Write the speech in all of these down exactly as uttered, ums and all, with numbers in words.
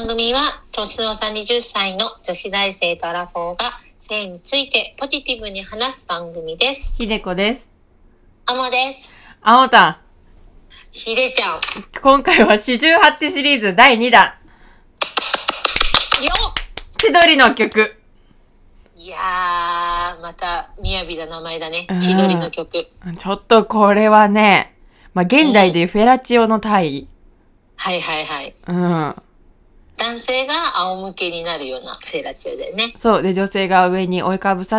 番組は年の差はたちの女子大生とアラフォーが性についてポジティブに話す番組です。 ひでこです。 あもです。 あもたん。 ひでちゃん。 今回は四十八手シリーズだいにだん。よっ千鳥の曲。 いやー、また雅な名前だね。千鳥の曲。 ちょっとこれはね、まあ、現代でいうフェラチオの体、うん。 はいはいはい。 うん。 男性が仰向けになるようなフェラチオだよね。 そう。で、女性が上に追いかぶさって、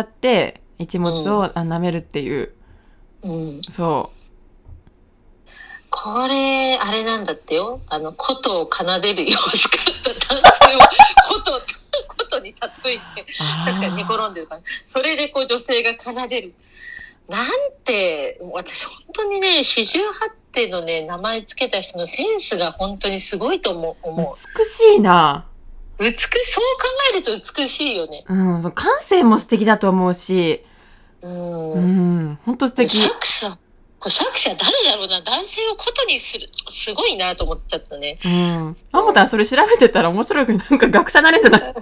一物を舐めるっていう。 うん。 そう。 これ、あれなんだってよ。あの、琴を奏でる様子から男性を琴、琴に例えて、確かに寝転んでるから、それでこう女性が奏でる。なんて、私本当にね、四十八手のね、名前つけた人のセンスが本当にすごいと思う。 美しいな。 美しい、そう考えると美しいよね。 うん、その感性も素敵だと思うし、 うん、 うん、本当素敵。 作者、作者誰だろうな、男性をことにする、すごいなと思っちゃったね。 うん。あもたんそれ調べてたら面白くなんか学者なれんじゃない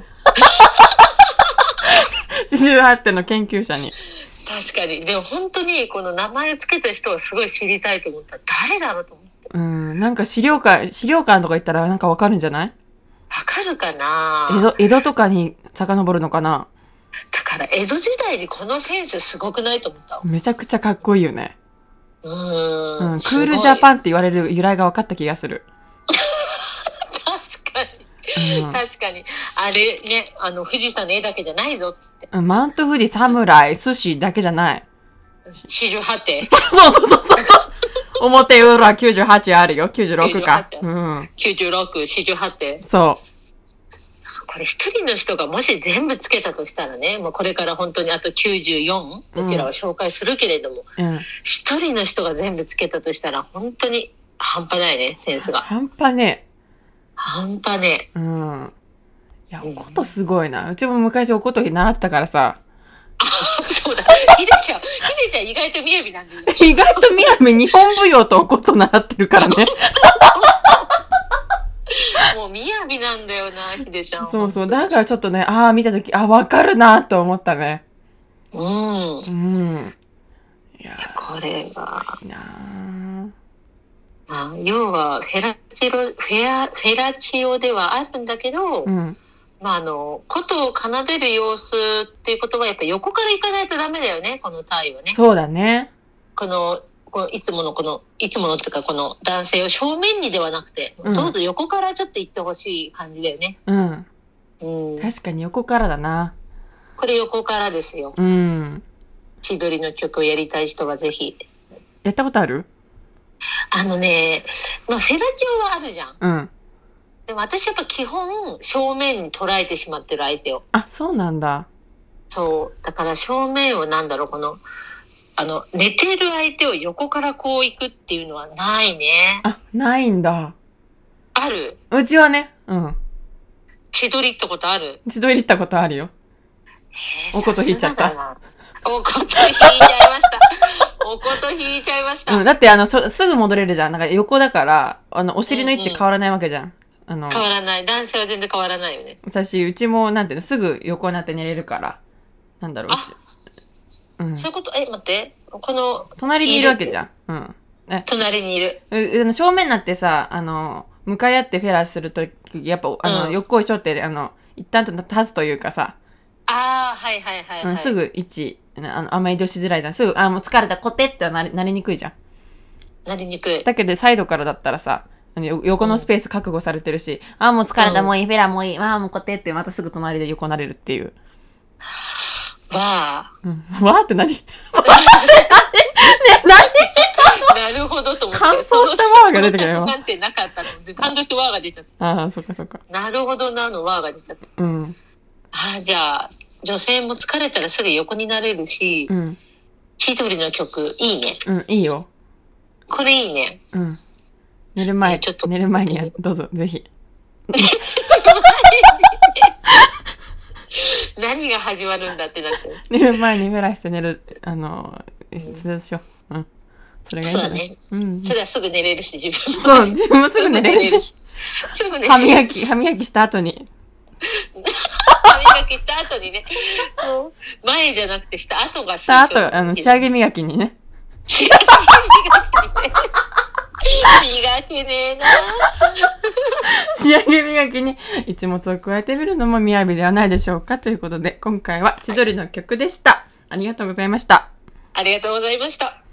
四十八手の研究者に。 確かに。でも本当にこの名前をつけた人はすごい知りたいと思った。誰だろうと思って。 うん。なんか資料館、資料館とか行ったらなんかわかるんじゃない？ わかるかな？ 江戸、江戸とかに遡るのかな？ だから江戸時代にこのセンスすごくないと思った。 めちゃくちゃかっこいいよね。 うーん。 うん。クールジャパンって言われる由来が分かった気がする。 確かに、うん。確かに。あれね、あの、富士山の絵だけじゃないぞっつって。 マウント富士、侍、寿司だけじゃない。 四十八手。 そうそうそうそう。表裏きゅうじゅうはちあるよ。きゅうじゅうろくか。うん。 きゅうじゅうろく、四十八手。 そう。 これ一人の人がもし全部つけたとしたらね、もうこれから本当にあときゅうじゅうよん、こちらは紹介するけれども、うん、一人の人が全部つけたとしたら本当に半端ないね、センスが。 半端ね。 半端ね。 うん。いや、おことすごいな。うちも昔おこと習ってたからさ。 あ、そうだ。ひでちゃん、ひでちゃん意外と雅なんだよね。 意外と雅、日本舞踊とおこと習ってるからね。 もう雅なんだよな、ひでちゃん。 そうそう。だからちょっとね、ああ、見たとき、ああ、わかるなと思ったね。 うん。うん。 いや、 これが。 いいなあ、要は、フェラチオ、フェア、フェラチオではあるんだけど、うん、まあ、あの、琴を奏でる様子っていうことは、やっぱ横から行かないとダメだよね、この体はね。 そうだね。 この、このいつものこの、いつものっていうか、この男性を正面にではなくて、うん、どうぞ横からちょっと行ってほしい感じだよね。 うん。うん。確かに横からだな。 これ横からですよ。 うん。 千鳥の曲をやりたい人はぜひ。 やったことある？ あのね、まあ、フェラチオはあるじゃん。 うん。 でも私やっぱ基本正面に捉えてしまってる相手を。 あ、そうなんだ。 そう。だから正面をなんだろう、この、あの、寝てる相手を横からこう行くっていうのはないね。 あ、ないんだ。 ある？ うちはね、うん。 千鳥行ったことある？ 千鳥行ったことあるよ。おこと引いちゃった。 おこと引いちゃいました。おこと引いちゃいました。 うん、だってあの、そ、すぐ戻れるじゃん。なんか横だから、あの、お尻の位置変わらないわけじゃん。うんうん、あの。 変わらない。男性は全然変わらないよね。 私、うちもなんていうの、すぐ横になって寝れるから。なんだろう、うち。 うん。そういうこと、え、待って。この。 隣にいるわけじゃん。うん。 ね、隣にいる。 う、正面になってさ、あの、向かい合ってフェラするとき、やっぱ、あの、うん、よっこいしょって、あの、一旦立つというかさ。 ああ、はいはいはい、はい、うん。 すぐ位置、あの、あんま移動しづらいじゃん。すぐ、あ、もう疲れた、コテってなり、なりにくいじゃん。 なりにくい。 だけど、サイドからだったらさ、横のスペース確保されてるし、うん、あ、もう疲れた、もういい、フェラもういい、ああ、もうコテって、またすぐ隣で横なれるっていう。 わー。 うん。わーって何？ね、 何？なるほどと思って。 乾燥したわーが出てきたよ。 なんてなかったので、感動してわーが出ちゃった。 ああ、そっかそっか。 なるほどなのわーが出ちゃった。 うん。 ああ、じゃあ、女性も疲れたらすぐ横になれるし、うん。千鳥の曲、いいね。 うん、いいよ。 これいいね。 うん。寝る前、ちょっと寝る前にや、どうぞ、ぜひ。 何が始まるんだってなっちゃう。 寝る前にフェラして寝る、あの、そうしよう。うん。それがいいんじゃない？ そうだね。うん。それはすぐ寝れるし、自分も。 そう、自分もすぐ寝れるし。 すぐね。 歯磨き、歯磨きした後に。 歯磨きした後にね。もう前じゃなくてした後がした後、あの、仕上げ磨きにね。 仕上げ磨きにね。磨けねえな。 仕上げ磨きに一物を加えてみるのも雅ではないでしょうかということで、今回は千鳥の曲でした。はい、ありがとうございました。 ありがとうございました。